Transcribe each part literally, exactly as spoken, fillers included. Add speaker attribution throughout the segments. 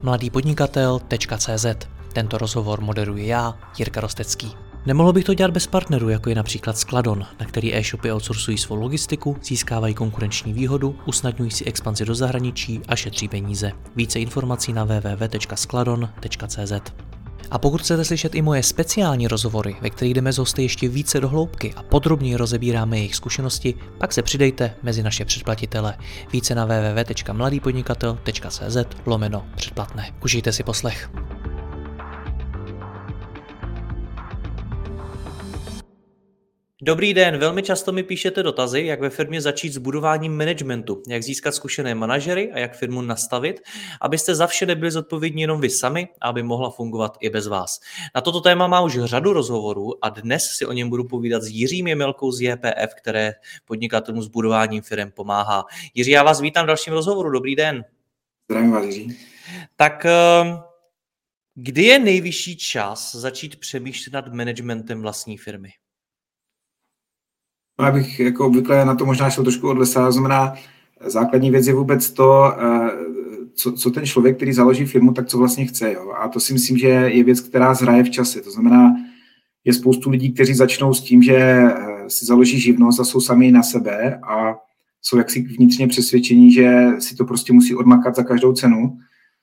Speaker 1: mladý podnikatel tečka cé zet. Tento rozhovor moderuji já, Jirka Rostecký. Nemohl bych to dělat bez partnerů, jako je například Skladon, na který e-shopy outsourcují svou logistiku, získávají konkurenční výhodu, usnadňují si expanzi do zahraničí a šetří peníze. Více informací na w w w tečka skladon tečka cé zet. A pokud chcete slyšet i moje speciální rozhovory, ve kterých jdeme s hosty ještě více do hloubky a podrobněji rozebíráme jejich zkušenosti, pak se přidejte mezi naše předplatitele. Více na w w w tečka mladý podnikatel tečka cé zet lomeno předplatné. Užijte si poslech. Dobrý den, velmi často mi píšete dotazy, jak ve firmě začít s budováním managementu, jak získat zkušené manažery a jak firmu nastavit, abyste za vše nebyli zodpovědní jenom vy sami, aby mohla fungovat i bez vás. Na toto téma má už řadu rozhovorů a dnes si o něm budu povídat s Jiřím Jemelkou z J P F, které podnikatelům s budováním firem pomáhá. Jiří, já vás vítám v dalším rozhovoru, dobrý den.
Speaker 2: Zdravím vás, Jiří.
Speaker 1: Tak kdy je nejvyšší čas začít přemýšlet nad managementem vlastní firmy?
Speaker 2: No, já bych jako obvykle na to možná šel trošku od lesa, znamená základní věc je vůbec to, co, co ten člověk, který založí firmu, tak co vlastně chce. Jo? A to si myslím, že je věc, která zhraje v čase. To znamená, je spoustu lidí, kteří začnou s tím, že si založí živnost a jsou sami na sebe a jsou jaksi vnitřně přesvědčení, že si to prostě musí odmakat za každou cenu.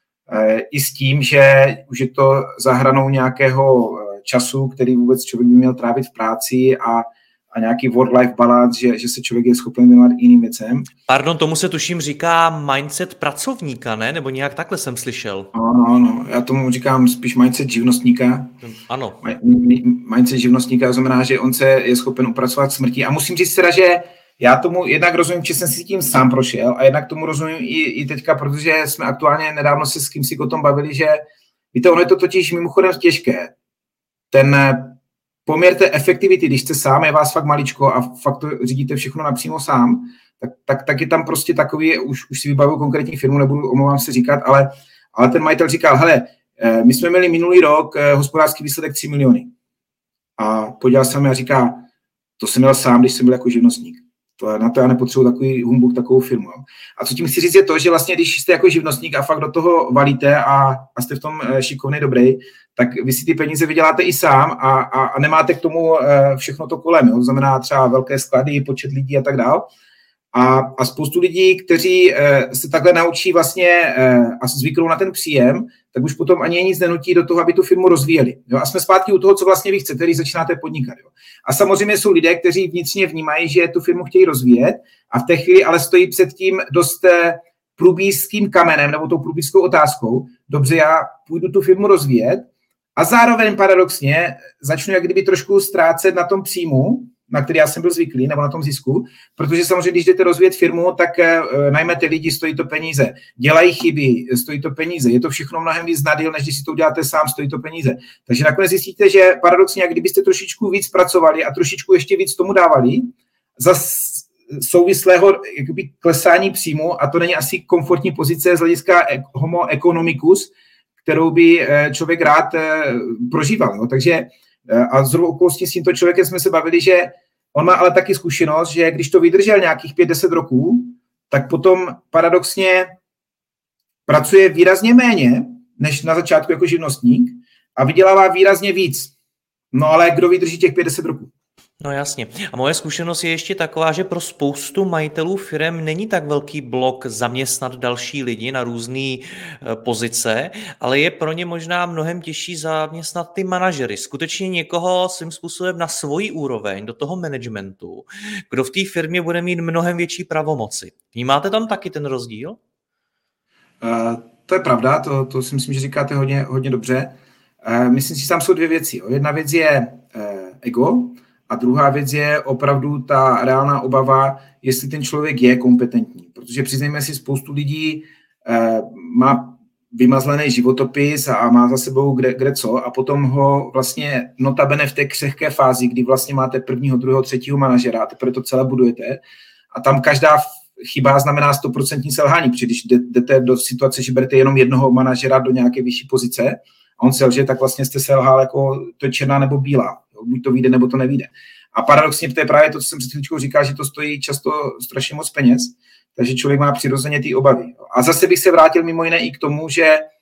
Speaker 2: I s tím, že už je to za hranou nějakého času, který vůbec člověk by měl trávit v práci a a nějaký work-life balance, že, že se člověk je schopen věnovat jiným věcem.
Speaker 1: Pardon, tomu se tuším říká mindset pracovníka, ne? Nebo nějak takhle jsem slyšel.
Speaker 2: Ano, ano, já tomu říkám spíš mindset živnostníka.
Speaker 1: Ano.
Speaker 2: Mindset živnostníka znamená, že on se je schopen upracovat smrti. A musím říct teda, že já tomu jednak rozumím, že jsem si tím sám prošel a jednak tomu rozumím i, i teďka, protože jsme aktuálně nedávno se s kým si o tom bavili, že víte, ono je to totiž mimochodem těžké. Ten poměr té efektivity, když jste sám, je vás fakt maličko a fakt to řídíte všechno napřímo sám, tak, tak, tak je tam prostě takový, už, už si vybavuju konkrétní firmu, nebudu, omlouvám se říkat, ale, ale ten majitel říkal, hele, my jsme měli minulý rok hospodářský výsledek tři miliony. A podíval se mi a říká, to jsem měl sám, když jsem byl jako živnostník. To, na to já nepotřebuji takový humbuk, takovou firmu. Jo. A co tím chci říct je to, že vlastně, když jste jako živnostník a fakt do toho valíte a, a jste v tom šikovný, dobrý, tak vy si ty peníze vyděláte i sám a, a, a nemáte k tomu všechno to kolem. Jo. To znamená třeba velké sklady, počet lidí a tak dál. A, a spoustu lidí, kteří se takhle naučí vlastně a zvyknou na ten příjem, tak už potom ani nic nenutí do toho, aby tu firmu rozvíjeli. Jo? A jsme zpátky u toho, co vlastně vy chcete, když začínáte podnikat. Jo? A samozřejmě jsou lidé, kteří vnitřně vnímají, že tu firmu chtějí rozvíjet a v té chvíli ale stojí před tím dost průbířským kamenem nebo tou průbířskou otázkou. Dobře, já půjdu tu firmu rozvíjet a zároveň paradoxně začnu jak kdyby trošku ztrácet na tom příjmu, na který já jsem byl zvyklý, nebo na tom zisku, protože samozřejmě, když jdete rozvíjet firmu, tak uh, najmete lidi, stojí to peníze, dělají chyby, stojí to peníze, je to všechno mnohem víc nadýl, než když si to uděláte sám, stojí to peníze. Takže nakonec zjistíte, že paradoxně, jak kdybyste trošičku víc pracovali a trošičku ještě víc tomu dávali, za souvislého jakoby klesání příjmu, a to není asi komfortní pozice z hlediska homo economicus, kterou by člověk rád prožíval. No. Takže a zrovna okolností s tímto člověkem jsme se bavili, že on má ale taky zkušenost, že když to vydržel nějakých pět deset roků, tak potom paradoxně pracuje výrazně méně, než na začátku jako živnostník a vydělává výrazně víc. No ale kdo vydrží těch pět deset roků?
Speaker 1: No jasně. A moje zkušenost je ještě taková, že pro spoustu majitelů firem není tak velký blok zaměstnat další lidi na různé pozice, ale je pro ně možná mnohem těžší zaměstnat ty manažery. Skutečně někoho svým způsobem na svoji úroveň do toho managementu, kdo v té firmě bude mít mnohem větší pravomoci. Vnímáte tam taky ten rozdíl?
Speaker 2: Uh, to je pravda, to, to si myslím, že říkáte hodně, hodně dobře. Uh, myslím si, že tam jsou dvě věci. Jedna věc je uh, ego, a druhá věc je opravdu ta reálná obava, jestli ten člověk je kompetentní. Protože přiznejme si, spoustu lidí eh, má vymazlený životopis a má za sebou kde, kde co a potom ho vlastně notabene v té křehké fázi, kdy vlastně máte prvního, druhého, třetího manažera a teprve to celé budujete. A tam každá chyba znamená sto procent selhání, protože když jdete do situace, že berete jenom jednoho manažera do nějaké vyšší pozice a on selže, tak vlastně jste selhal jako to je černá nebo bílá. Buď to vyjde, nebo to nevyjde. A paradoxně to je právě to, co jsem před chvíličkou říkal, že to stojí často strašně moc peněz, takže člověk má přirozeně ty obavy. A zase bych se vrátil mimo jiné i k tomu, že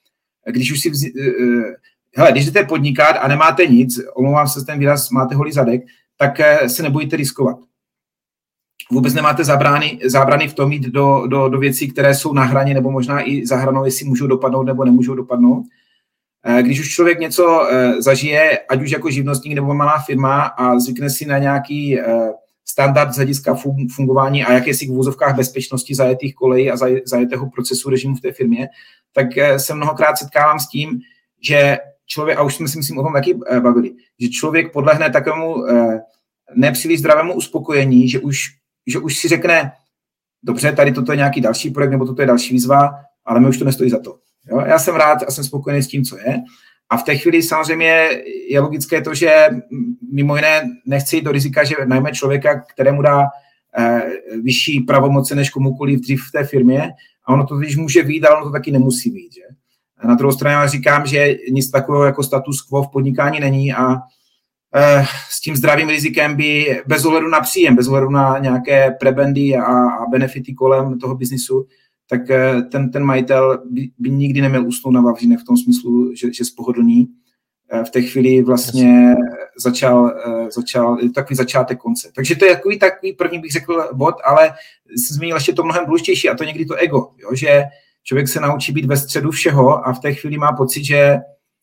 Speaker 2: když už si vzi, hele, když jdete podnikat a nemáte nic, omlouvám se ten výraz, máte holý zadek, tak se nebojte riskovat. Vůbec nemáte zábrany, zábrany v tom jít do, do, do věcí, které jsou na hraně nebo možná i za hranou, jestli můžou dopadnout nebo nemůžou dopadnout. Když už člověk něco zažije, ať už jako živnostník nebo malá firma a zvykne si na nějaký standard z hlediska fungování a jakési v vůzovkách bezpečnosti zajetých kolejí a zajetého procesu režimu v té firmě, tak se mnohokrát setkávám s tím, že člověk, a už jsme si myslím o tom taky bavili, že člověk podlehne takovému nepříliš zdravému uspokojení, že už, že už si řekne, dobře, tady toto je nějaký další projekt nebo toto je další výzva, ale mi už to nestojí za to. Jo? Já jsem rád a jsem spokojený s tím, co je. A v té chvíli samozřejmě je logické to, že mimo jiné nechci jít do rizika, že najme člověka, kterému dá eh, vyšší pravomoce než komukoliv dřív v té firmě a ono to když může vyjít, ale ono to taky nemusí vyjít. Že? A na druhou stranu já říkám, že nic takového jako status quo v podnikání není a eh, s tím zdravým rizikem by bez ohledu na příjem, bez ohledu na nějaké prebendy a, a benefity kolem toho biznisu, tak ten, ten majitel by, by nikdy neměl usnout na vavřínech v tom smyslu, že, že spohodlní. V té chvíli vlastně začal, začal takový začátek konce. Takže to je takový, takový první bych řekl bod, ale jsem zmínil ještě to mnohem důležitější a to někdy to ego, jo? Že člověk se naučí být ve středu všeho a v té chvíli má pocit, že,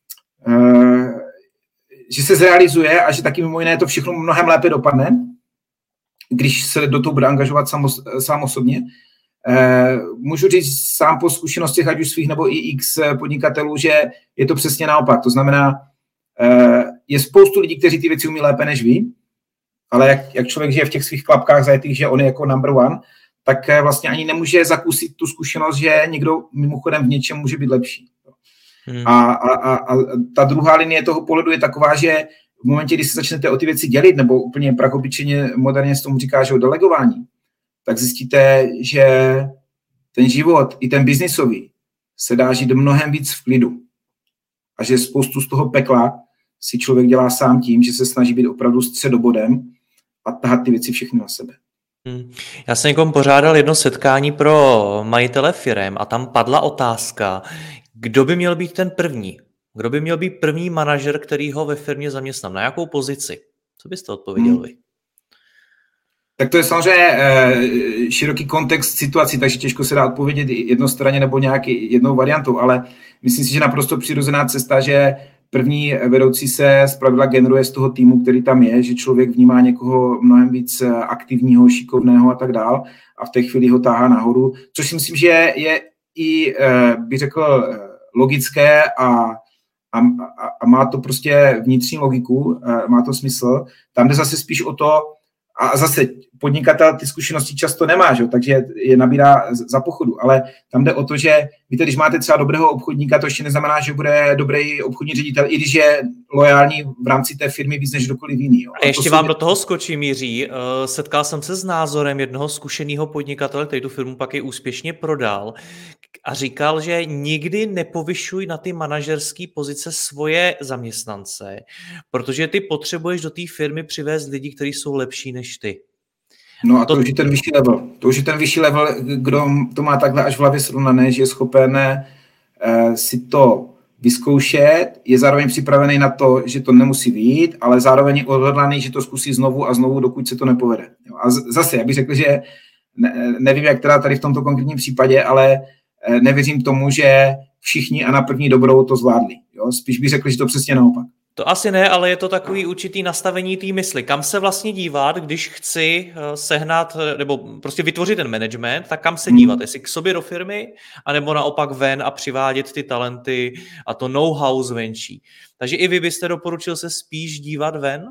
Speaker 2: že se zrealizuje a že taky mimo jiné to všechno mnohem lépe dopadne, když se do toho bude angažovat sám, sám osobně. Uh, můžu říct sám po zkušenostech, ať už svých nebo i x podnikatelů, že je to přesně naopak. To znamená, uh, je spoustu lidí, kteří ty věci umí lépe než vy, ale jak, jak člověk žije v těch svých klapkách zajetých, že on je jako number one, tak uh, vlastně ani nemůže zakusit tu zkušenost, že někdo mimochodem v něčem může být lepší. Hmm. A, a, a, a ta druhá linie toho pohledu je taková, že v momentě, kdy se začnete o ty věci dělit, nebo úplně prachobyčejně moderně se tomu říká, že o delegování, tak zjistíte, že ten život, i ten biznisový, se dá žít mnohem víc v klidu. A že spoustu z toho pekla si člověk dělá sám tím, že se snaží být opravdu středobodem a tahat ty věci všechny na sebe.
Speaker 1: Hmm. Já jsem někomu pořádal jedno setkání pro majitele firem a tam padla otázka, kdo by měl být ten první? Kdo by měl být první manažer, který ho ve firmě zaměstnám? Na jakou pozici? Co byste odpověděl hmm. vy?
Speaker 2: Tak to je samozřejmě eh, široký kontext situací, takže těžko se dá odpovědět jednostranně nebo nějaký jednou variantou, ale myslím si, že naprosto přirozená cesta, že první vedoucí se zpravidla generuje z toho týmu, který tam je, že člověk vnímá někoho mnohem víc aktivního, šikovného a tak dál a v té chvíli ho táhá nahoru, což si myslím, že je i, eh, bych řekl, logické a, a, a má to prostě vnitřní logiku, eh, má to smysl. Tam jde zase spíš o to, a zase podnikatel ty zkušenosti často nemá, že? Takže je nabírá za pochodu, ale tam jde o to, že víte, když máte třeba dobrého obchodníka, to ještě neznamená, že bude dobrý obchodní ředitel, i když je loajální v rámci té firmy víc než kdokoliv jiný. Jo?
Speaker 1: A ještě vám jsou... do toho skočím, Jiří. Setkal jsem se s názorem jednoho zkušeného podnikatele, který tu firmu pak i úspěšně prodal a říkal, že nikdy nepovyšuj na ty manažerské pozice svoje zaměstnance, protože ty potřebuješ do té firmy přivést lidi, kteří jsou lepší než ty.
Speaker 2: No a to, to už je ten vyšší level. To už je ten vyšší level, kdo to má takhle až v hlavě srovnané, že je schopen eh, si to vyzkoušet, je zároveň připravený na to, že to nemusí vyjít, ale zároveň je odhodlaný, že to zkusí znovu a znovu, dokud se to nepovede. Jo. A z- zase, já bych řekl, že ne, nevím, jak teda tady v tomto konkrétním případě, ale eh, nevěřím tomu, že všichni a na první dobrou to zvládli. Jo. Spíš bych řekl, že to přesně naopak.
Speaker 1: To asi ne, ale je to takový určitý nastavení té mysli. Kam se vlastně dívat, když chci sehnat, nebo prostě vytvořit ten management, tak kam se dívat? Jestli k sobě do firmy, anebo naopak ven a přivádět ty talenty a to know-how zvenčí. Takže i vy byste doporučil se spíš dívat ven?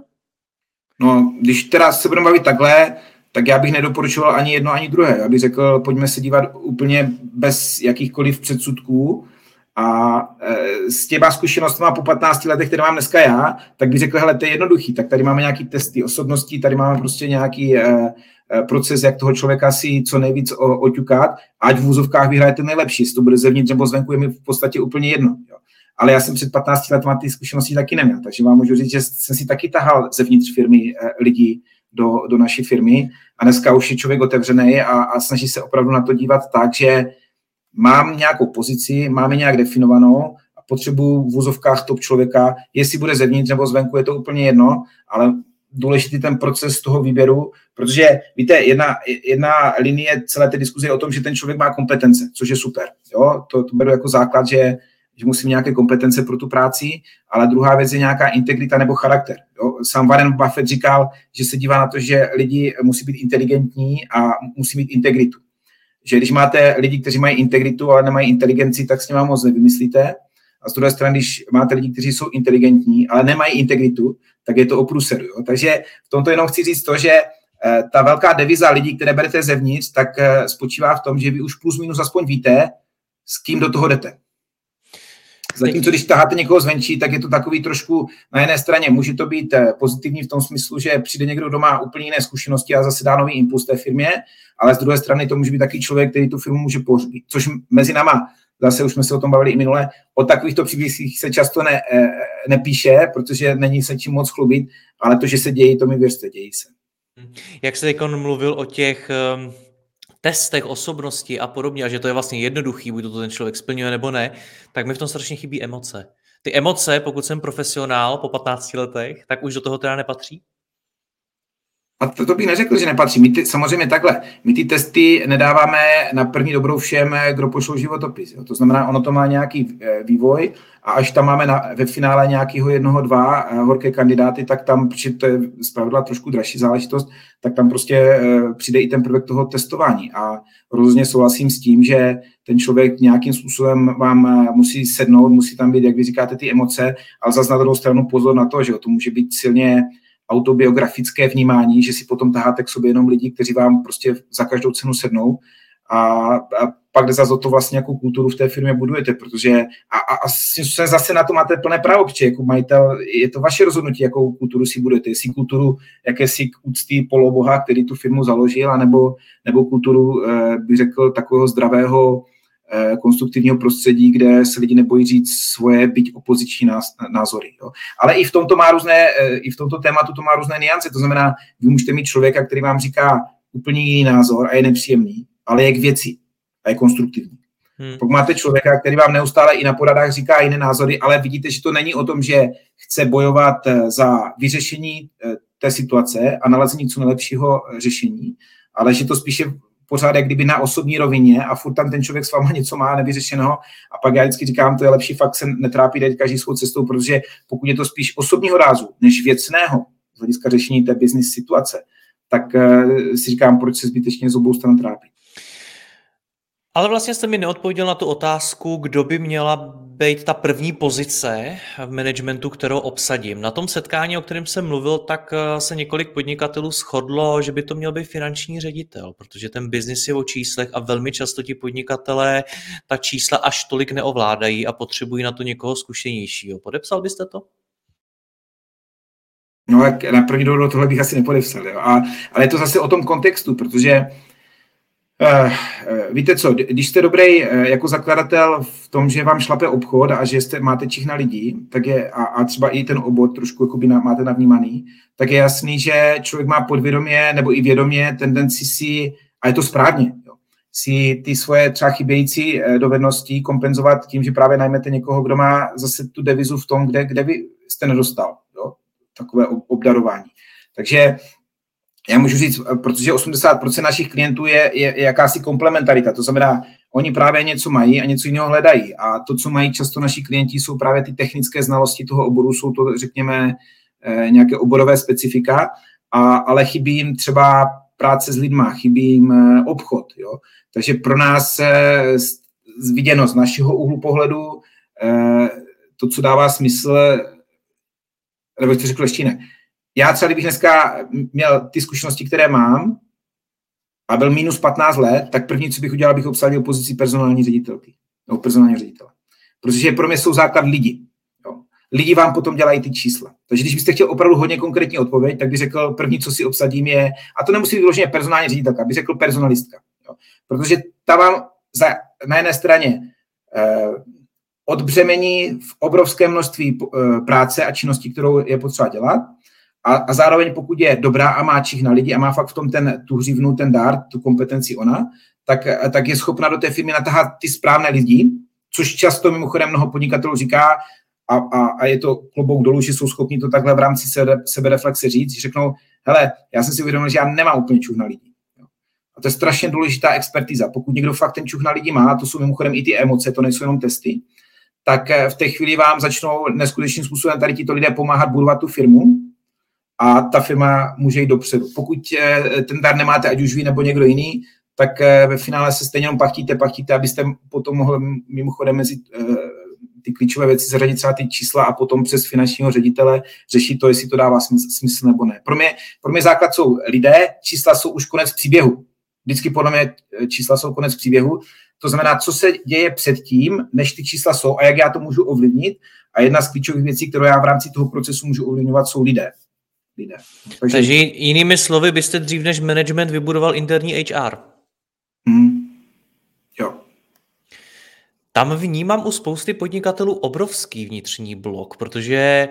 Speaker 2: No, když teda se budeme bavit takhle, tak já bych nedoporučoval ani jedno, ani druhé. Já bych řekl, pojďme se dívat úplně bez jakýchkoliv předsudků. A e, s těma zkušenostmi po patnácti letech, které mám dneska já, tak bych řekl, hele, to je jednoduchý, tak tady máme nějaký testy osobností, tady máme prostě nějaký e, e, proces, jak toho člověka si co nejvíc o, oťukat, ať v úzovkách vyhraje ten nejlepší, jestli to bude zevnitř nebo zvenku, je mi v podstatě úplně jedno. Jo. Ale já jsem před patnácti lety ty zkušenosti taky neměl, takže vám můžu říct, že jsem si taky tahal zevnitř firmy e, lidí do, do naší firmy a dneska už je člověk otevřený a, a snaží se opravdu na to dívat tak, že mám nějakou pozici, máme nějak definovanou a potřebuju v vozovkách top člověka, jestli bude zevnitř nebo zvenku, je to úplně jedno, ale důležitý ten proces toho výběru, protože víte, jedna, jedna linie celé té diskuze je o tom, že ten člověk má kompetence, což je super. Jo? To, to beru jako základ, že, že musí mít nějaké kompetence pro tu práci, ale druhá věc je nějaká integrita nebo charakter. Jo? Sám Warren Buffett říkal, že se dívá na to, že lidi musí být inteligentní a musí mít integritu. Že když máte lidi, kteří mají integritu, ale nemají inteligenci, tak s nimi moc nevymyslíte. A z druhé strany, když máte lidi, kteří jsou inteligentní, ale nemají integritu, tak je to o průseru. Jo? Takže v tomto jenom chci říct to, že eh, ta velká deviza lidí, které berete zevnitř, tak eh, spočívá v tom, že vy už plus minus aspoň víte, s kým do toho jdete. Zatímco, když taháte někoho zvenčí, tak je to takový trošku, na jedné straně může to být eh, pozitivní v tom smyslu, že přijde někdo, kdo má úplně jiné zkušenosti a zase dá nový impuls té firmě, ale z druhé strany to může být taky člověk, který tu firmu může pohřbít, což mezi náma, zase už jsme se o tom bavili i minule, o takovýchto příbězích se často ne, nepíše, protože není se čím moc chlubit, ale to, že se dějí, to mi věřte, dějí se.
Speaker 1: Jak jste teď mluvil o těch um, testech osobnosti a podobně, a že to je vlastně jednoduchý, buď to ten člověk splňuje nebo ne, tak mi v tom strašně chybí emoce. Ty emoce, pokud jsem profesionál po patnácti letech, tak už do toho teda nepatří?
Speaker 2: A to, to bych neřekl, že nepatří. My ty, samozřejmě takhle. My ty testy nedáváme na první dobrou všem, kdo pošlou životopis. Jo. To znamená, ono to má nějaký vývoj a až tam máme na, ve finále nějakého jednoho, dva horké kandidáty, tak tam, protože to je zpravidla trošku dražší záležitost, tak tam prostě přijde i ten prvek toho testování. A rozhodně souhlasím s tím, že ten člověk nějakým způsobem vám musí sednout, musí tam být, jak vy říkáte, ty emoce, ale zase na druhou stranu pozor na to, že jo, to může být silně autobiografické vnímání, že si potom taháte k sobě jenom lidi, kteří vám prostě za každou cenu sednou a, a pak jde zase o to vlastně, jakou kulturu v té firmě budujete, protože a, a, a se zase na to máte plné právo, protože jako majitel je to vaše rozhodnutí, jakou kulturu si budujete, jestli kulturu jakési úcty poloboha, který tu firmu založil, anebo, nebo kulturu, eh, bych řekl, takového zdravého konstruktivního prostředí, kde se lidi nebojí říct svoje, byť opoziční názory. Jo. Ale i v tomto má různé, i v tomto tématu to má různé niance. To znamená, vy můžete mít člověka, který vám říká úplně jiný názor a je nepříjemný, ale je k věci a je konstruktivní. Hmm. Pokud máte člověka, který vám neustále i na poradách říká jiné názory, ale vidíte, že to není o tom, že chce bojovat za vyřešení té situace a nalezení co nejlepšího řešení, ale že to spíše pořád jak kdyby na osobní rovině a furt tam ten člověk s váma něco má nevyřešeného a pak já vždycky říkám, to je lepší fakt se netrápit jít každý svou cestou, protože pokud je to spíš osobního rázu než věcného z hlediska řešení té business situace, tak uh, si říkám, proč se zbytečně z obou stran trápit.
Speaker 1: Ale vlastně jste mi neodpověděl na tu otázku, kdo by měla být ta první pozice v managementu, kterou obsadím. Na tom setkání, o kterém jsem mluvil, tak se několik podnikatelů shodlo, že by to měl být finanční ředitel, protože ten biznis je o číslech a velmi často ti podnikatelé ta čísla až tolik neovládají a potřebují na to někoho zkušenějšího. Podepsal byste to?
Speaker 2: No, na první dobrou tohle bych asi nepodepsal, jo. A, ale je to zase o tom kontextu, protože Uh, víte co, když jste dobrý uh, jako zakladatel v tom, že vám šlape obchod a že jste, máte čich na lidí, tak je, a, a třeba i ten obor trošku jakoby na, máte navnímaný, tak je jasný, že člověk má podvědomě nebo i vědomě tendenci si, a je to správně, jo, si ty svoje třeba chybějící uh, dovednosti kompenzovat tím, že právě najmete někoho, kdo má zase tu devizu v tom, kde, kde vy jste nedostal, jo, takové obdarování. Takže já můžu říct, protože osmdesát procent našich klientů je, je, je jakási komplementarita, to znamená, oni právě něco mají a něco jiného hledají a to, co mají často naši klienti, jsou právě ty technické znalosti toho oboru, jsou to, řekněme, nějaké oborové specifika, a, ale chybí jim třeba práce s lidma, chybí jim obchod, jo. Takže pro nás viděno z našeho úhlu pohledu to, co dává smysl, nebo to řekl ještě jinak. Já třeba, kdybych dneska měl ty zkušenosti, které mám a byl minus patnáct let, tak první, co bych udělal, bych obsadil pozici personální ředitelky, nebo personální ředitele. Protože pro mě jsou základ lidi. Jo. Lidi vám potom dělají ty čísla. Takže když byste chtěl opravdu hodně konkrétní odpověď, tak bych řekl, první, co si obsadím je, a to nemusí být vyloženě personální ředitelka, bych řekl personalistka. Jo. Protože ta vám za, na jedné straně eh, odbřemení v obrovské množství eh, práce a činností, kterou je potřeba dělat, A, a zároveň pokud je dobrá a má čich na lidi a má fakt v tom ten, tu hřivnu, ten dart, tu kompetenci ona, tak, tak je schopna do té firmy natahat ty správné lidi což často mimochodem mnoho podnikatelů říká, a, a, a je to klobouk dolů, že jsou schopni to takhle v rámci sebe, sebereflexe říct, že řeknou, hele, já jsem si uvědomil, že já nemám úplně čuch na lidi. A to je strašně důležitá expertíza. Pokud někdo fakt ten čuch na lidi má, to jsou mimochodem i ty emoce, to nejsou jenom testy, tak v té chvíli vám začnou neskutečným způsobem tady tito lidé pomáhat budovat tu firmu a ta firma může jít dopředu. Pokud ten dar nemáte, ať už vy nebo někdo jiný, tak ve finále se stejně jenom pachtíte, pachtíte, abyste potom mohli mimochodem mezi ty klíčové věci zařadit třeba ty čísla a potom přes finančního ředitele řešit to, jestli to dává smysl nebo ne. Pro mě, pro mě základ jsou lidé, čísla jsou už konec příběhu. Vždycky podle mě čísla jsou konec příběhu. To znamená, co se děje předtím, než ty čísla jsou a jak já to můžu ovlivnit. A jedna z klíčových věcí, kterou já v rámci toho procesu můžu ovlivňovat, jsou lidé. lidé.
Speaker 1: Takže, Takže jinými slovy byste dřív než management vybudoval interní H R.
Speaker 2: Hmm. Jo.
Speaker 1: Tam vnímám u spousty podnikatelů obrovský vnitřní blok, protože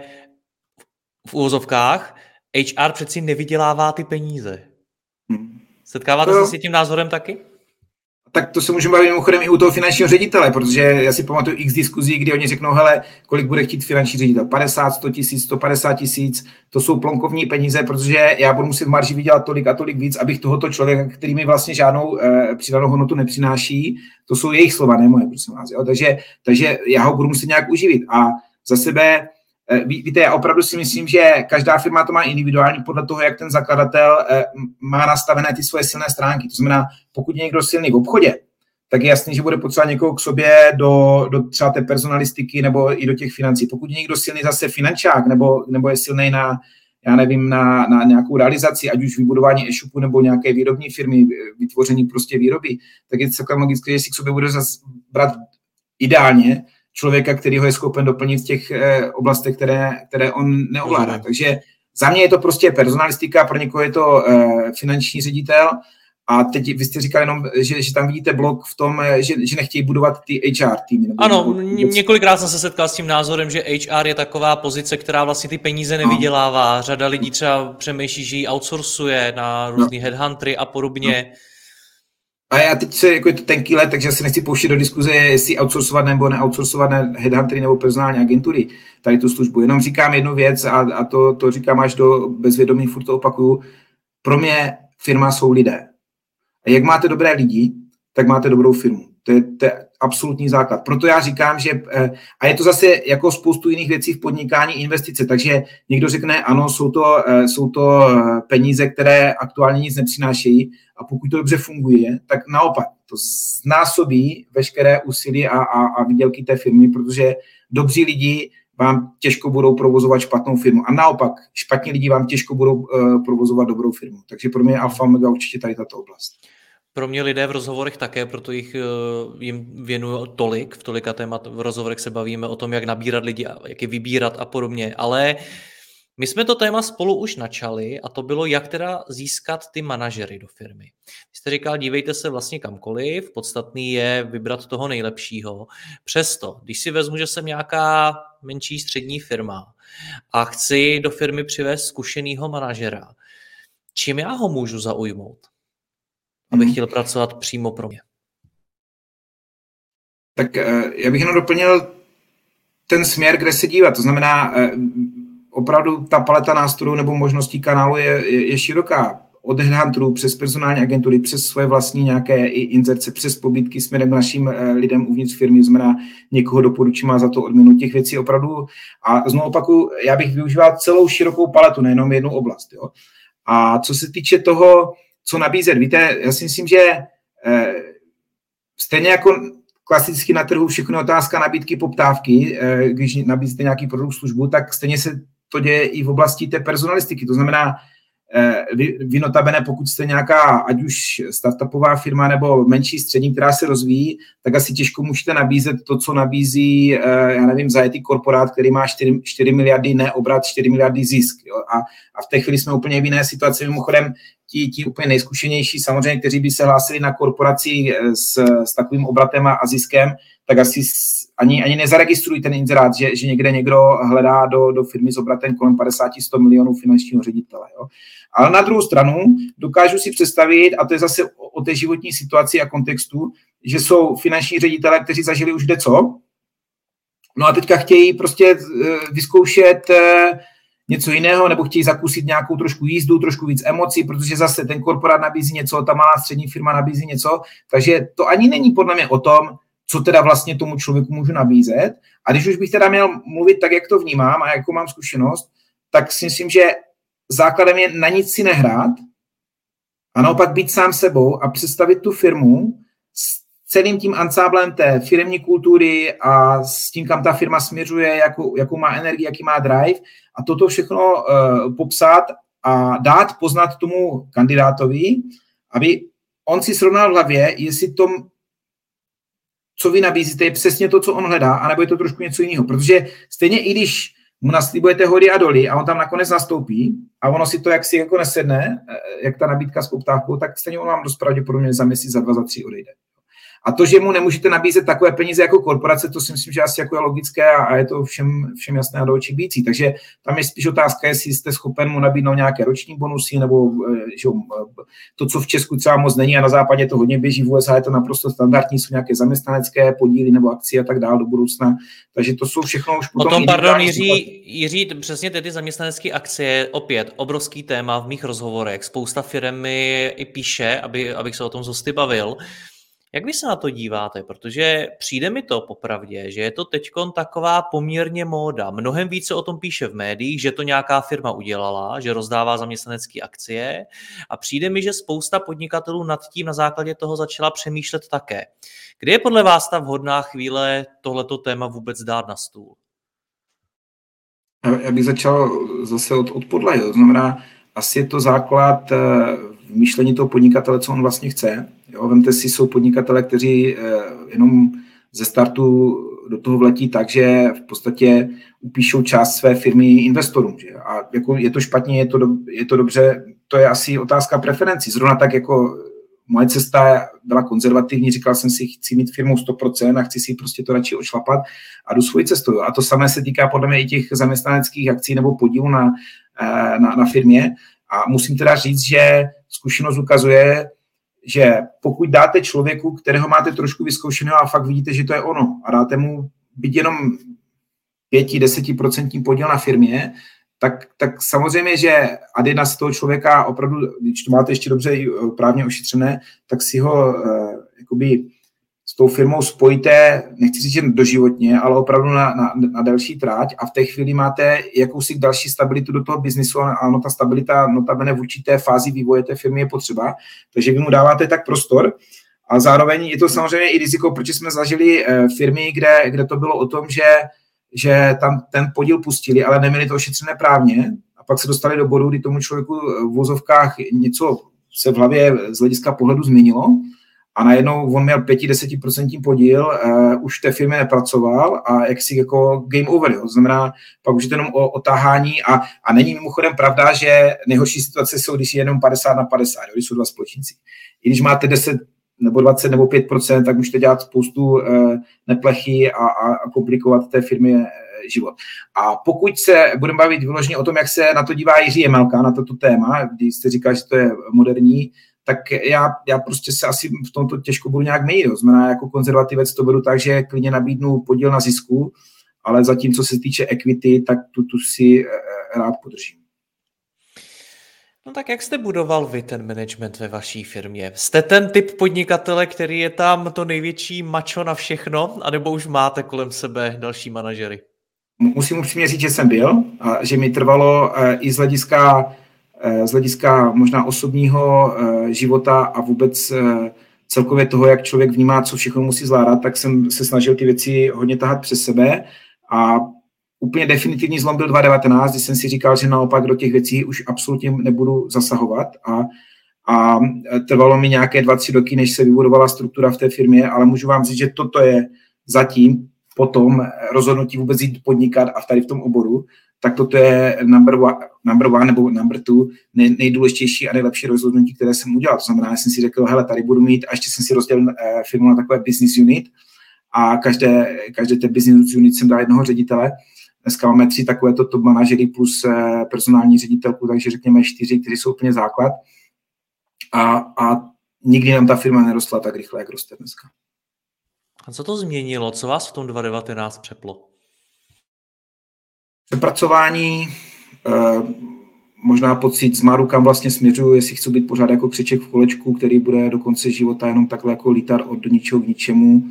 Speaker 1: v úvozovkách H R přeci nevydělává ty peníze. Hmm. Setkáváte se s tím názorem taky?
Speaker 2: Tak to se můžeme bavit mimochodem i u toho finančního ředitele, protože já si pamatuju x diskuzí, kdy oni řeknou, hele, kolik bude chtít finanční ředitel, padesát, sto tisíc, sto padesát tisíc, to jsou plonkovní peníze, protože já budu muset v marži vydělat tolik a tolik víc, abych tohoto člověka, který mi vlastně žádnou eh, přidanou hodnotu nepřináší, to jsou jejich slova, ne moje, prosím vás. Jo? Takže, takže já ho budu muset nějak uživit a za sebe, eh, víte, já opravdu si myslím, že každá firma to má individuální podle toho, jak ten zakladatel eh, má nastavené ty svoje silné stránky. To znamená, pokud je někdo silný v obchodě, tak je jasný, že bude potřebovat někoho k sobě do, do třeba té personalistiky nebo i do těch financí. Pokud je někdo silný zase finančák nebo, nebo je silný na, já nevím, na, na nějakou realizaci, ať už vybudování e-shopu nebo nějaké výrobní firmy, vytvoření prostě výroby, tak je celkem logické, že si k sobě bude zase brát ideálně člověka, který ho je schopen doplnit v těch eh, oblastech, které, které on neovládá. Takže za mě je to prostě personalistika, pro někoho je to eh, finanční ředitel. A teď vy jste říkali jenom, že, že tam vidíte blok v tom, že, že nechtějí budovat ty H R týmy. Nebo
Speaker 1: ano,
Speaker 2: nebo
Speaker 1: několikrát jsem se setkal s tím názorem, že H R je taková pozice, která vlastně ty peníze nevydělává. No. Řada lidí třeba přemýšlí, že ji outsourcuje na různý no. headhuntery a podobně. No.
Speaker 2: A já teď se, jako je to tenký let, takže se nechci pouštět do diskuze, jestli outsourcovat nebo neoutsourcovat na headhuntery nebo personální agentury, tady tu službu. Jenom říkám jednu věc a, a to, to říkám až do bezvědomí, furt to opakuju. Pro mě firma jsou lidé. A jak máte dobré lidi, tak máte dobrou firmu. To je, to je absolutní základ. Proto já říkám, že a je to zase jako spoustu jiných věcí v podnikání investice, takže někdo řekne, ano, jsou to, jsou to peníze, které aktuálně nic nepřinášejí a pokud to dobře funguje, tak naopak to znásobí veškeré úsilí a, a, a výdělky té firmy, protože dobří lidi vám těžko budou provozovat špatnou firmu a naopak špatní lidi vám těžko budou uh, provozovat dobrou firmu. Takže pro mě je alfa omega určitě tady tato oblast.
Speaker 1: Pro mě lidé v rozhovorech také, proto jich, jim věnuju tolik, v tolika témat v rozhovorech se bavíme o tom, jak nabírat lidi, jak je vybírat a podobně, ale my jsme to téma spolu už načali a to bylo, jak teda získat ty manažery do firmy. Vy jste říkal, dívejte se vlastně kamkoliv, podstatný je vybrat toho nejlepšího. Přesto, když si vezmu, že jsem nějaká menší střední firma a chci do firmy přivést zkušenýho manažera, čím já ho můžu zaujmout, abych hmm. chtěl pracovat přímo pro mě?
Speaker 2: Tak já bych jenom doplnil ten směr, kde se dívat. To znamená, opravdu ta paleta nástrojů nebo možností kanálu je, je, je široká. Od headhunterů přes personální agentury, přes svoje vlastní nějaké inzerce, přes pobídky směrem k našim lidem uvnitř firmy, znamená někoho doporučím a za to odměnu těch věcí opravdu. A znovu opakuju, já bych využíval celou širokou paletu, nejenom jednu oblast. Jo. A co se týče toho, co nabízet, víte, já si myslím, že eh, stejně jako klasicky na trhu všechno je otázka nabídky, poptávky, eh, když nabízíte nějaký produkt, službu, tak stejně se to děje i v oblasti té personalistiky. To znamená, Vy, vy notabene, pokud jste nějaká, ať už startupová firma nebo menší střední, která se rozvíjí, tak asi těžko můžete nabízet to, co nabízí, já nevím, zajetý korporát, který má čtyři miliardy ne obrat, čtyři miliardy zisk. Jo? A, a v té chvíli jsme úplně v jiné situaci. Mimochodem, ti, ti úplně nejzkušenější, samozřejmě, kteří by se hlásili na korporaci s, s takovým obratem a, a ziskem, tak asi ani, ani nezaregistrují ten inzerát, že, že někde někdo hledá do, do firmy s obratem kolem padesát až sto milionů finančního ředitele. Jo. Ale na druhou stranu dokážu si představit, a to je zase o, o té životní situaci a kontextu, že jsou finanční ředitele, kteří zažili už kde co, No a teďka chtějí prostě vyzkoušet něco jiného, nebo chtějí zakusit nějakou trošku jízdu, trošku víc emocí, protože zase ten korporát nabízí něco, ta malá střední firma nabízí něco, takže to ani není podle mě o tom, co teda vlastně tomu člověku můžu nabízet. A když už bych teda měl mluvit tak, jak to vnímám a jakou mám zkušenost, tak si myslím, že základem je na nic si nehrát a naopak být sám sebou a představit tu firmu s celým tím ansáblem té firemní kultury a s tím, kam ta firma směřuje, jakou, jakou má energii, jaký má drive a toto všechno uh, popsat a dát poznat tomu kandidátovi, aby on si srovnal v hlavě, jestli tom, co vy nabízíte, je přesně to, co on hledá, anebo je to trošku něco jiného. Protože stejně i když mu naslibujete hody a doly a on tam nakonec nastoupí a ono si to jaksi jako nesedne, jak ta nabídka s poptávkou, tak stejně on vám dost pravděpodobně za měsíc, za dva, za tři odejde. A to, že mu nemůžete nabízet takové peníze jako korporace, to si myslím, že asi jako je logické a, a je to všem, všem jasné a do očí bící. Takže tam je spíš otázka, jestli jste schopen mu nabídnout nějaké roční bonusy nebo že, to, co v Česku třeba moc není a na západě to hodně běží, v U S A je to naprosto standardní, jsou nějaké zaměstnanecké podíly nebo akcie a tak dále do budoucna. Takže to jsou všechno už potom...
Speaker 1: O tom, pardon, Jiří, Jiří, přesně ty zaměstnanecké akcie, opět obrovský téma v mých rozhovorech. Spousta firem mi i píše, aby, abych se o tom s hosty bavil. Jak vy se na to díváte? Protože přijde mi to popravdě, že je to teďkon taková poměrně móda. Mnohem více o tom píše v médiích, že to nějaká firma udělala, že rozdává zaměstnanecké akcie a přijde mi, že spousta podnikatelů nad tím na základě toho začala přemýšlet také. Kdy je podle vás ta vhodná chvíle tohleto téma vůbec dát na stůl?
Speaker 2: Já bych začal zase od, od podlahy. To znamená, asi je to základ v myšlení toho podnikatele, co on vlastně chce. Jo, vemte si, jsou podnikatele, kteří eh, jenom ze startu do toho vletí tak, že v podstatě upíšou část své firmy investorům. Že? A jako je to špatně, je to, do, je to dobře, to je asi otázka preferencí. Zrovna tak jako moje cesta byla konzervativní, říkal jsem si, chci mít firmu sto procent a chci si prostě to radši odšlapat a jdu svoji cestou. A to samé se týká podle mě i těch zaměstnaneckých akcí nebo podílů na, na, na firmě. A musím teda říct, že zkušenost ukazuje, že pokud dáte člověku, kterého máte trošku vyzkoušeného a fakt vidíte, že to je ono a dáte mu byť jenom pět až deset procent podíl na firmě, tak, tak samozřejmě, že adina z toho člověka opravdu, když to máte ještě dobře právně ošetřené, tak si ho eh, jakoby s tou firmou spojíte, nechci říct, že doživotně, ale opravdu na, na, na delší tráť a v té chvíli máte jakousi další stabilitu do toho biznisu a ano, ta stabilita notabene v určité fázi vývoje té firmy je potřeba, takže vy mu dáváte tak prostor a zároveň je to samozřejmě i riziko, protože jsme zažili eh, firmy, kde, kde to bylo o tom, že, že tam ten podíl pustili, ale neměli to ošetřené právně a pak se dostali do bodu, kdy tomu člověku v vozovkách něco se v hlavě z hlediska pohledu změnilo. A najednou on měl pět až deset procent podíl, uh, už v té firmě nepracoval a jak si jako game over, jo. To znamená, pak už je to jenom o otáhání a, a není mimochodem pravda, že nejhorší situace jsou, když je jenom padesát na padesát, jo, když jsou dva společníci. I když máte deset nebo dvacet nebo pět procent, tak můžete dělat spoustu uh, neplechy a, a, a komplikovat té firmě uh, život. A pokud se budeme bavit vyloženě o tom, jak se na to dívá Jiří Jemelka, na toto téma, když jste říkal, že to je moderní, tak já, já prostě se asi v tomto těžko budu nějak měnit. Znamená, jako konzervativec to beru tak, že klidně nabídnu podíl na zisku, ale zatím, co se týče equity, tak tu, tu si rád podržím.
Speaker 1: No tak jak jste budoval vy ten management ve vaší firmě? Jste ten typ podnikatele, který je tam to největší mačo na všechno, anebo už máte kolem sebe další manažery?
Speaker 2: Musím upřímně říct, že jsem byl a že mi trvalo i z hlediska z hlediska možná osobního života a vůbec celkově toho, jak člověk vnímá, co všechno musí zvládat, tak jsem se snažil ty věci hodně tahat přes sebe a úplně definitivní zlom byl dva tisíce devatenáct, kdy jsem si říkal, že naopak do těch věcí už absolutně nebudu zasahovat a, a trvalo mi nějaké dva, tři roky, než se vybudovala struktura v té firmě, ale můžu vám říct, že toto je zatím potom rozhodnutí vůbec jít podnikat a tady v tom oboru, tak toto je number one, number one nebo number two nej, nejdůležitější a nejlepší rozhodnutí, které jsem udělal. To znamená, já jsem si řekl, hele, tady budu mít, a ještě jsem si rozdělil eh, firmu na takové business unit a každé, každé té business unit jsem dal jednoho ředitele. Dneska máme tři takovéto top manažery plus eh, personální ředitelku, takže řekněme čtyři, kteří jsou úplně základ. A, a nikdy nám ta firma nerostla tak rychle, jak roste dneska.
Speaker 1: A co to změnilo? Co vás v tom dva tisíce devatenáct přeplo?
Speaker 2: Přepracování, možná pocit zmaru, kam vlastně směřuju, jestli chci být pořád jako křeček v kolečku, který bude do konce života jenom takhle jako lítat od ničeho k ničemu.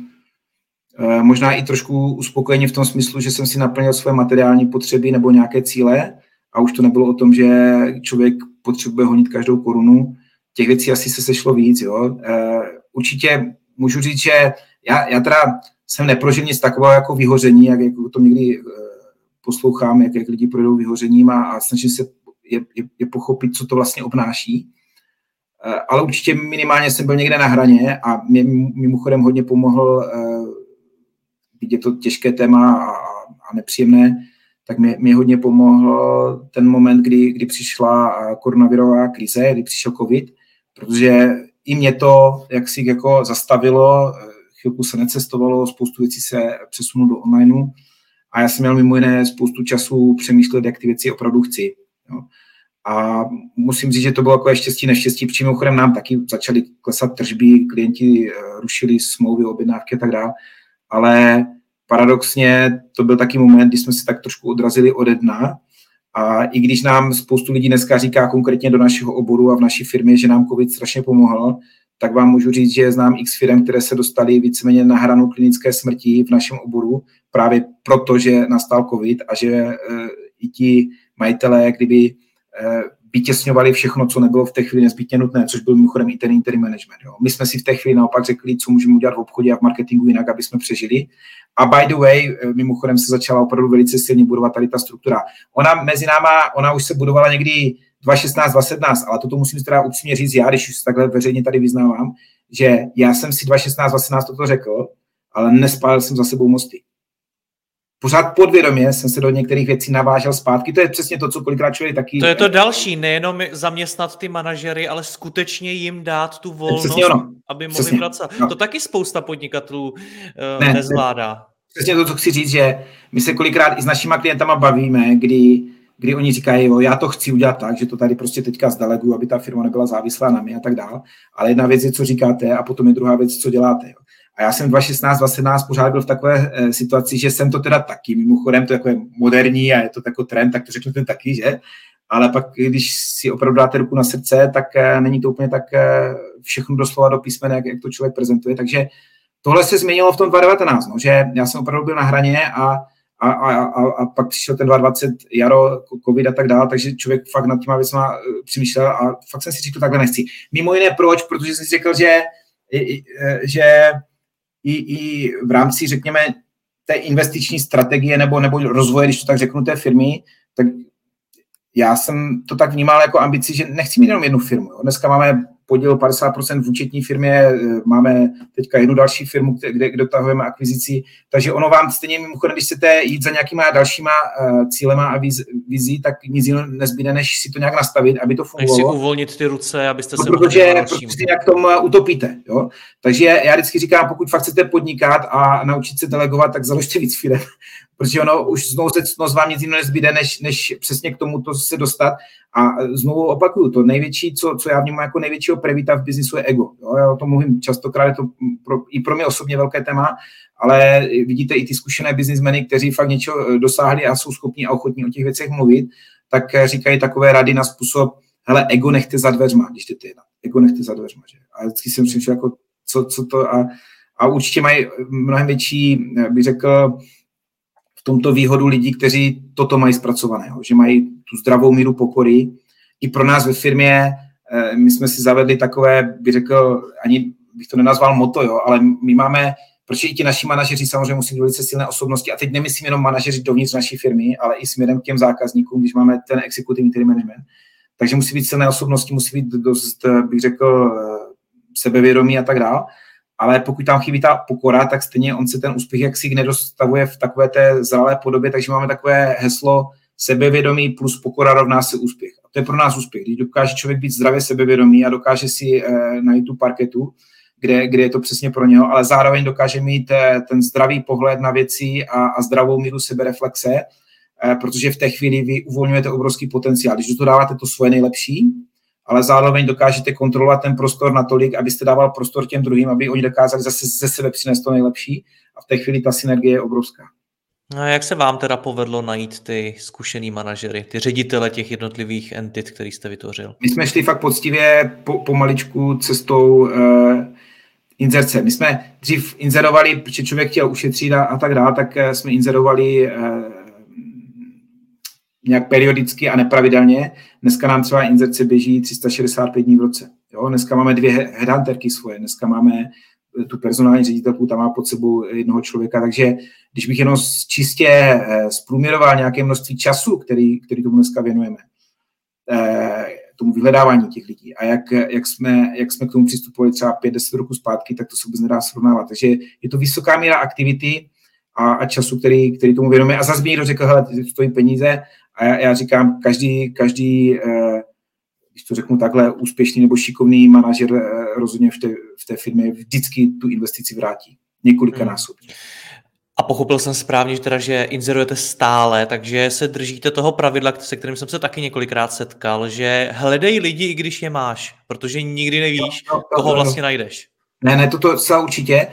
Speaker 2: Možná i trošku uspokojení v tom smyslu, že jsem si naplnil své materiální potřeby nebo nějaké cíle a už to nebylo o tom, že člověk potřebuje honit každou korunu. Těch věcí asi se sešlo víc. Jo. Určitě můžu říct, že já, já teda jsem neprožil nic takového jako vyhoření, jak, jak to někdy poslouchám, jak, jak lidi projdou vyhořením a, a snažím se je, je, je pochopit, co to vlastně obnáší. Ale určitě minimálně jsem byl někde na hraně a mě mimochodem hodně pomohl, byť je to těžké téma a, a nepříjemné, tak mě, mě hodně pomohl ten moment, kdy, kdy přišla koronavirová krize, kdy přišel covid, protože i mě to jak si jako zastavilo, chvilku se necestovalo, spoustu věcí se přesunulo do onlineu a já jsem měl mimo jiné spoustu času přemýšlet, jak ty věci opravdu chci. Jo. A musím říct, že to bylo jako štěstí, neštěstí, protože mimochodem nám taky začaly klesat tržby, klienti rušili smlouvy, objednávky a tak dále, ale paradoxně to byl taky moment, kdy jsme se tak trošku odrazili ode dna a i když nám spoustu lidí dneska říká konkrétně do našeho oboru a v naší firmě, že nám covid strašně pomohl, tak vám můžu říct, že znám x firm, které se dostaly víceméně na hranu klinické smrti v našem oboru právě proto, že nastal covid a že e, i ti majitelé, kdyby e, vytěsňovali všechno, co nebylo v té chvíli nezbytně nutné, což byl mimochodem i ten interim management. Jo. My jsme si v té chvíli naopak řekli, co můžeme udělat v obchodě a v marketingu jinak, aby jsme přežili. A by the way, mimochodem se začala opravdu velice silně budovat tady ta struktura. Ona mezi náma, ona už se budovala někdy dva tisíce šestnáct, dva tisíce sedmnáct, ale toto musím teda upřímně říct já, když už se takhle veřejně tady vyznávám, že já jsem si dva tisíce šestnáct, dva tisíce sedmnáct toto řekl, ale nespálil jsem za sebou mosty. Pořád podvědomě jsem se do některých věcí navážel zpátky. To je přesně to, co kolikrát člověk taky...
Speaker 1: To je to další, nejenom zaměstnat ty manažery, ale skutečně jim dát tu volnost, aby mohli přesně. pracovat. No. To taky spousta podnikatelů uh, ne, nezvládá. Ne.
Speaker 2: Přesně to, co chci říct, že my se kolikrát i s našima klientama bavíme, kdy, kdy oni říkají, jo, já to chci udělat tak, že to tady prostě teďka zdeleguju, aby ta firma nebyla závislá na mě a tak dál. Ale jedna věc je, co říkáte, a potom je druhá věc, co děláte. Jo. A já jsem dva tisíce šestnáct, dva tisíce sedmnáct pořád byl v takové e, situaci, že jsem to teda taky, mimochodem to je jako moderní a je to takový trend, tak to řeknu ten taky, že? Ale pak, když si opravdu dáte ruku na srdce, tak e, není to úplně tak e, všechno doslova do písmene, jak, jak to člověk prezentuje. Takže tohle se změnilo v tom dva tisíce devatenáct, no, že já jsem opravdu byl na hraně a, a, a, a, a pak přišel ten dvacet dvacet jaro, covid a tak dále, takže člověk fakt nad těma věcma přemýšlel a fakt jsem si řekl, takhle nechci. Mimo jiné proč, protože jsem si řekl, že, že I, i v rámci, řekněme, té investiční strategie nebo, nebo rozvoje, když to tak řeknu, té firmy, tak já jsem to tak vnímal jako ambici, že nechci mít jenom jednu firmu. Jo. Dneska máme podíl padesát procent v účetní firmě, máme teďka jednu další firmu, kde, kde dotahujeme akvizici, takže ono vám stejně mimochodem, když chcete jít za nějakýma dalšíma uh, cílema a viz, vizí, tak nic jiného nezbyde, než si to nějak nastavit, aby to fungovalo.
Speaker 1: Než si uvolnit ty ruce, abyste
Speaker 2: no,
Speaker 1: se
Speaker 2: protože, protože si nějak tom utopíte. Jo? Takže já vždycky říkám, pokud fakt chcete podnikat a naučit se delegovat, tak založte víc firem, protože ono už znovu se znovu vám nic jiného nezbyde, než, než přesně k tomuto se dostat. A znovu opakuju, to největší, co, co já vnímám jako největšího previta v biznisu je ego. Jo? Já o tom mluvím častokrát, je to pro, i pro mě osobně velké téma, ale vidíte i ty zkušené biznismeny, kteří fakt něčeho dosáhli a jsou schopní a ochotní o těch věcech mluvit, tak říkají takové rady na způsob, hele, ego nechte za dveřma, když jdete jednat. Ego nechte za dveřma. Že? A vždycky jsem přemýšlel, jako, co, co to a, a určitě mají mnohem větší, bych řekl, v tomto výhodu lidí, kteří toto mají zpracované, že mají tu zdravou míru pokory. I pro nás ve firmě, my jsme si zavedli takové, bych řekl, ani bych to nenazval moto, jo, ale my máme, protože i ti naši manažeři samozřejmě musí být velice silné osobnosti, a teď nemyslím jenom manažeři dovnitř naší firmy, ale i směrem k těm zákazníkům, když máme ten executive interim management. Takže musí být silné osobnosti, musí být dost, bych řekl, sebevědomí a tak dále. Ale pokud tam chybí ta pokora, tak stejně on se ten úspěch jaksi nedostavuje v takové té zralé podobě, takže máme takové heslo sebevědomí plus pokora rovná se úspěch. A to je pro nás úspěch. Když dokáže člověk být zdravě sebevědomý a dokáže si eh, najít tu parketu, kde, kde je to přesně pro něho, ale zároveň dokáže mít eh, ten zdravý pohled na věci a, a zdravou míru sebereflexe, eh, protože v té chvíli vy uvolňujete obrovský potenciál. Když do toho dáváte to svoje nejlepší, ale zároveň dokážete kontrolovat ten prostor natolik, abyste dával prostor těm druhým, aby oni dokázali zase ze sebe přinést to nejlepší, a v té chvíli ta synergie je obrovská.
Speaker 1: A jak se vám teda povedlo najít ty zkušený manažery, ty ředitele těch jednotlivých entit, který jste vytvořil?
Speaker 2: My jsme šli fakt poctivě po, pomaličku cestou uh, inzerce. My jsme dřív inzerovali, protože člověk chtěl ušetřit a, a tak dále, tak jsme inzerovali uh, nějak periodicky a nepravidelně. Dneska nám třeba inzerce běží tři sta šedesát pět dní v roce. Jo? Dneska máme dvě headhunterky svoje, dneska máme tu personální ředitelku, tam má pod sebou jednoho člověka, takže když bych jenom čistě zprůměroval nějaké množství času, který, který tomu dneska věnujeme, tomu vyhledávání těch lidí a jak, jak, jsme, jak jsme k tomu přistupovali třeba pět deset roků zpátky, tak to se vůbec nedá srovnávat. Takže je to vysoká míra aktivity a, a času, který, který tomu věnujeme. A zase mi někdo řekl, hele, to stojí peníze a já, já říkám, každý, každý když to řeknu takhle, úspěšný nebo šikovný manažer rozhodně v té, v té firmě vždycky tu investici vrátí. Několika násobně. Hmm.
Speaker 1: A pochopil jsem správně, že teda, že inzerujete stále, takže se držíte toho pravidla, se kterým jsem se taky několikrát setkal, že hledej lidi, i když je máš, protože nikdy nevíš, no, no, koho no, vlastně najdeš.
Speaker 2: Ne, ne, toto celá určitě.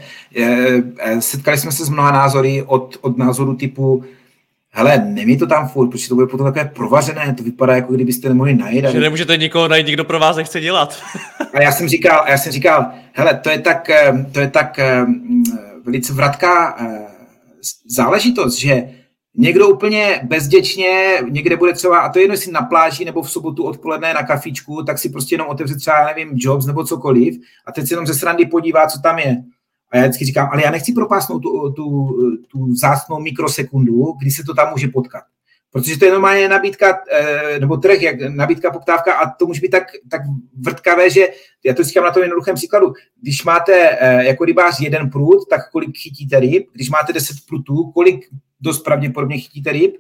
Speaker 2: Setkali jsme se s mnoha názory od, od názoru typu hele, nemí to tam furt, protože to bude potom takové provařené, to vypadá, jako kdybyste nemohli najít.
Speaker 1: Že nemůžete nikoho najít, nikdo pro vás nechce dělat.
Speaker 2: A já jsem říkal, já jsem říkal, hele, to je tak, to je tak velice vratká záležitost, že někdo úplně bezděčně někde bude třeba, a to je jedno, jestli na pláži nebo v sobotu odpoledne na kafičku, tak si prostě jenom otevře třeba, nevím, Jobs nebo cokoliv a teď se jenom ze srandy podívá, co tam je. A já vždycky říkám, ale já nechci propásnout tu, tu, tu vzácnou mikrosekundu, kdy se to tam může potkat. Protože to je normálně nabídka, nebo trh, jak nabídka, poptávka a to může být tak, tak vrtkavé, že já to říkám na tom jednoduchém příkladu. Když máte jako rybář jeden prut, tak kolik chytíte ryb? Když máte deset prutů, kolik dost pravděpodobně chytíte ryb?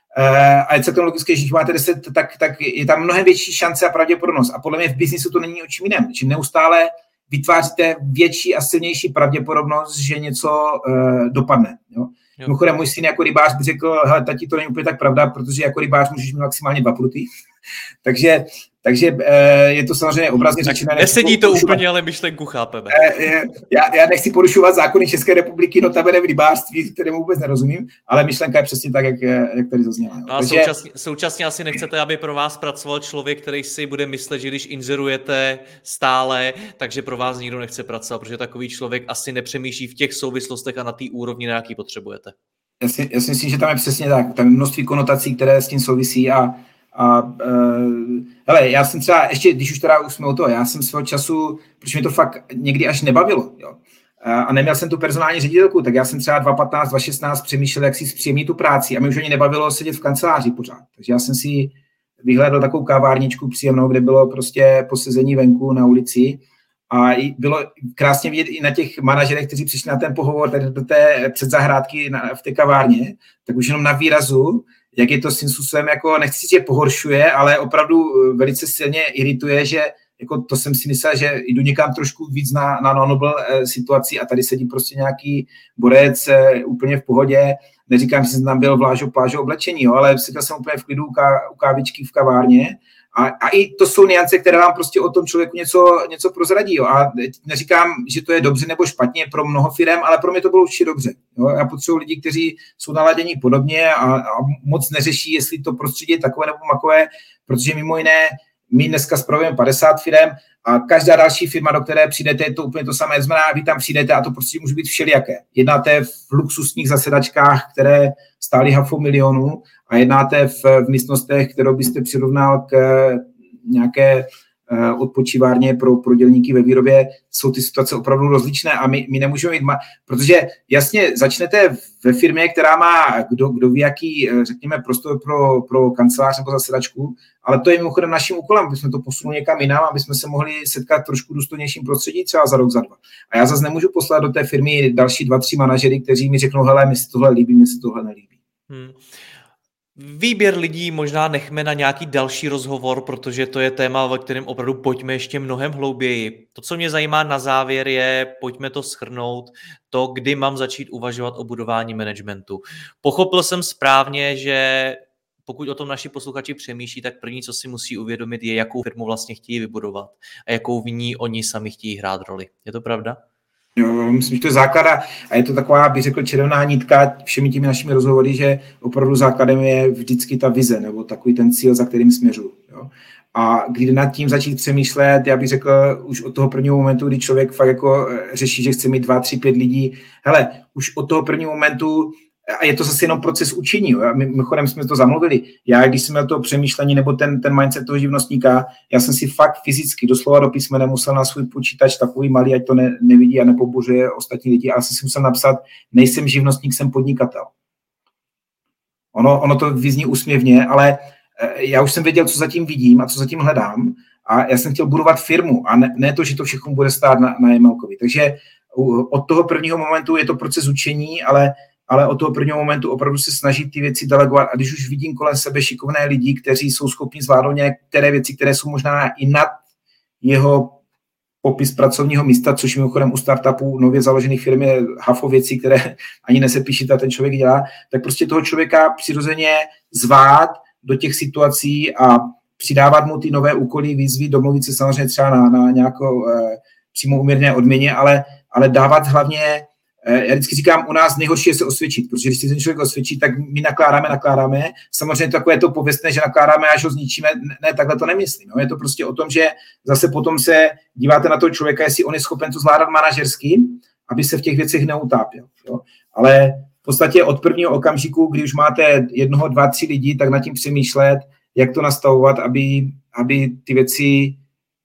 Speaker 2: A je celkem logické, že když máte deset, tak, tak je tam mnohem větší šance a pravděpodobnost. A podle mě v biznisu to není o čím jiném. Čím neustále vytváříte větší a silnější pravděpodobnost, že něco uh, dopadne. Jo? Mimochodem, můj syn jako rybář by řekl, hele, tati, to není úplně tak pravda, protože jako rybář můžeš mít maximálně dva pruty. takže takže uh, je to samozřejmě obrazně řečeno.
Speaker 1: Nesedí to úplně, ale myšlenku chápeme.
Speaker 2: Uh, já, já nechci porušovat zákony České republiky, notabene v rybářství, kterému vůbec nerozumím, ale myšlenka je přesně tak, jak, jak tady zazněla.
Speaker 1: No a takže... současně, současně asi nechcete, aby pro vás pracoval člověk, který si bude myslet, že když inzerujete stále, takže pro vás nikdo nechce pracovat, protože takový člověk asi nepřemýšlí v těch souvislostech a na té úrovni, na jaký potřebujete.
Speaker 2: Já si, já si myslím, že tam je přesně tak. Tam je množství konotací, které s tím souvisí a A uh, hele, já jsem třeba, ještě když už teda už jsme o toho, já jsem svého času, protože mi to fakt někdy až nebavilo, jo, a neměl jsem tu personální ředitelku, tak já jsem třeba dva patnáct, dva šestnáct přemýšlel, jak si zpříjemnit tu práci a mi už ani nebavilo sedět v kanceláři pořád. Takže já jsem si vyhlédl takovou kávárničku příjemnou, kde bylo prostě posezení venku na ulici a bylo krásně vidět i na těch manažerech, kteří přišli na ten pohovor tady do té předzahrádky na, v té kavárně, tak už jenom na výrazu, jak je to s tím způsobem, jako nechci říct, že pohoršuje, ale opravdu velice silně irituje, že jako to jsem si myslel, že jdu někam trošku víc na, na non-noble eh, situaci a tady sedí prostě nějaký borec eh, úplně v pohodě. Neříkám, že jsem tam byl vlážo plážo oblečení, jo, ale seděl jsem úplně v klidu u, ká, u kávičky v kavárně. A, a i to jsou nuance, které vám prostě o tom člověku něco, něco prozradí. Jo. A neříkám, že to je dobře nebo špatně pro mnoho firem, ale pro mě to bylo určitě dobře. Jo. Já potřebuji lidi, kteří jsou naladění podobně a, a moc neřeší, jestli to prostředí je takové nebo makové, protože mimo jiné my dneska spravujeme padesát firem a každá další firma, do které přijdete, je to úplně to samé. Znamená, vy tam přijdete a to prostě může být všelijaké. Jednáte v luxusních zasedačkách, které stály hafo milionů a jednáte v, v místnostech, kterou byste přirovnal k nějaké uh, odpočívárně pro, pro dělníky ve výrobě. Jsou ty situace opravdu rozličné a my, my nemůžeme jít, ma- protože jasně začnete ve firmě, která má kdo, kdo ví jaký, řekněme, prostor pro, pro kancelář nebo zasedačku, ale to je mimochodem naším úkolem, aby jsme to posunuli někam jinam, aby jsme se mohli setkat trošku důstojnějším prostředí třeba za rok, za dva. A já zase nemůžu poslat do té firmy další dva, tři manažery, kteří mi řeknou, hele, mi se tohle líbí, mi se tohle nelíbí. Hmm.
Speaker 1: Výběr lidí možná nechme na nějaký další rozhovor, protože to je téma, ve kterém opravdu pojďme ještě mnohem hlouběji. To, co mě zajímá na závěr, je, pojďme to shrnout, to, kdy mám začít uvažovat o budování managementu. Pochopil jsem správně, že pokud o tom naši posluchači přemýšlí, tak první, co si musí uvědomit, je, jakou firmu vlastně chtějí vybudovat a jakou v ní oni sami chtějí hrát roli. Je to pravda?
Speaker 2: Jo, myslím, že to je základ a je to taková, bych řekl, červená nitka všemi těmi našimi rozhovory, že opravdu základem je vždycky ta vize nebo takový ten cíl, za kterým směřuju. Jo. A když nad tím začít přemýšlet, já bych řekl už od toho prvního momentu, kdy člověk fakt jako řeší, že chce mít dva, tři, pět lidí, hele, už od toho prvního momentu, a je to zase jenom proces učení, jo. My, mimochodem jsme to zamluvili, já když jsem měl to přemýšlení nebo ten, ten mindset toho živnostníka, já jsem si fakt fyzicky doslova do písmene musel na svůj počítač takový malý, ať to ne, nevidí a nepobuřuje ostatní lidi, ale jsem si musel napsat, nejsem živnostník, jsem podnikatel. Ono, ono to vyzní úsměvně, ale já už jsem věděl, co zatím vidím a co zatím hledám a já jsem chtěl budovat firmu a ne, ne to, že to všechno bude stát na, na Jemelkovi. Takže od toho prvního momentu je to proces učení, ale, ale od toho prvního momentu opravdu se snažit ty věci delegovat a když už vidím kolem sebe šikovné lidi, kteří jsou schopni zvládnout některé věci, které jsou možná i nad jeho popis pracovního místa, což mimochodem u startupů nově založených firm je hafo věcí, které ani nesepíšit a ten člověk dělá, tak prostě toho člověka přirozeně zvát do těch situací a přidávat mu ty nové úkoly, výzvy, domluvit se samozřejmě třeba na, na nějakou e, přímo uměrné odměně, ale, ale dávat hlavně, e, já vždycky říkám, u nás nejhorší je se osvědčit, protože když se ten člověk osvědčí, tak my nakládáme, nakládáme. Samozřejmě takové to pověstné, že nakládáme, až ho zničíme, ne, takhle to nemyslím. No. Je to prostě o tom, že zase potom se díváte na toho člověka, jestli on je schopen to zvládat manažersky, aby se v těch věcech neutápěl. Jo. Ale v podstatě od prvního okamžiku, kdy už máte jednoho, dva, tři lidi, tak nad tím přemýšlet, jak to nastavovat, aby, aby ty věci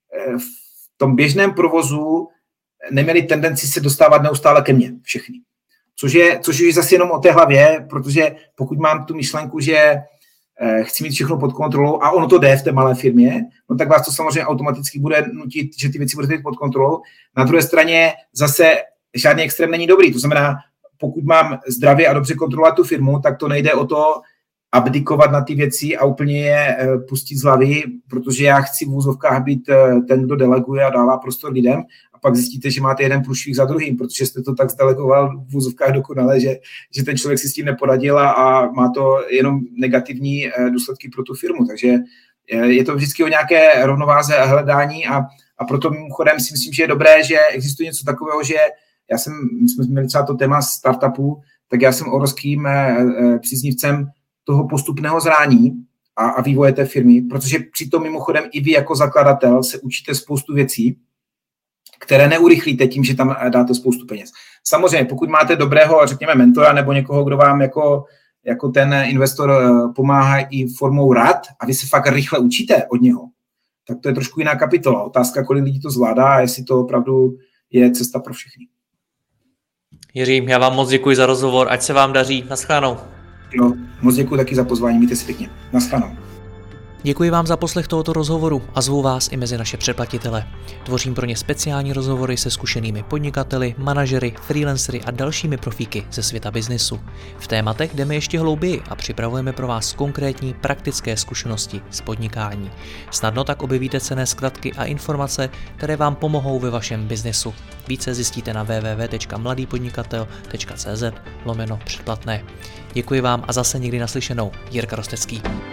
Speaker 2: v tom běžném provozu neměly tendenci se dostávat neustále ke mně, všechny. Což je, což je zase jenom o té hlavě, protože pokud mám tu myšlenku, že chci mít všechno pod kontrolou a ono to jde v té malé firmě, no tak vás to samozřejmě automaticky bude nutit, že ty věci budete mít pod kontrolou. Na druhé straně zase žádný extrém není dobrý, to znamená, pokud mám zdravě a dobře kontrolovat tu firmu, tak to nejde o to abdikovat na ty věci a úplně je pustit z hlavy, protože já chci v úzovkách být ten, kdo deleguje a dává prostor lidem a pak zjistíte, že máte jeden průšvih za druhým, protože jste to tak zdelegoval v úzovkách dokonale, že, že ten člověk si s tím neporadil a, a má to jenom negativní důsledky pro tu firmu. Takže je to vždycky o nějaké rovnováze a hledání a, a proto mimochodem si myslím, že je dobré, že existuje něco takového, že já jsem, my jsme měli třeba to téma startupů, tak já jsem obrovským eh, příznivcem toho postupného zrání a, a vývoje té firmy, protože přitom mimochodem i vy jako zakladatel se učíte spoustu věcí, které neurychlíte tím, že tam dáte spoustu peněz. Samozřejmě, pokud máte dobrého, řekněme, mentora nebo někoho, kdo vám jako, jako ten investor pomáhá i formou rad a vy se fakt rychle učíte od něho, tak to je trošku jiná kapitola. Otázka, kolik lidí to zvládá a jestli to opravdu je cesta pro všechny.
Speaker 1: Jiří, já vám moc děkuji za rozhovor, ať se vám daří. Naschledanou.
Speaker 2: Jo, moc děkuji taky za pozvání, mějte se pěkně. Naschledanou.
Speaker 1: Děkuji vám za poslech tohoto rozhovoru a zvu vás i mezi naše předplatitele. Tvořím pro ně speciální rozhovory se zkušenými podnikateli, manažery, freelancery a dalšími profíky ze světa biznesu. V tématech jdeme ještě hlouběji a připravujeme pro vás konkrétní praktické zkušenosti z podnikání. Snadno tak objevíte cenné zkratky a informace, které vám pomohou ve vašem biznesu. Více zjistíte na w w w tečka mladý podnikatel tečka c z lomeno předplatné. Děkuji vám a zase někdy naslyšenou. Jirka Rostecký.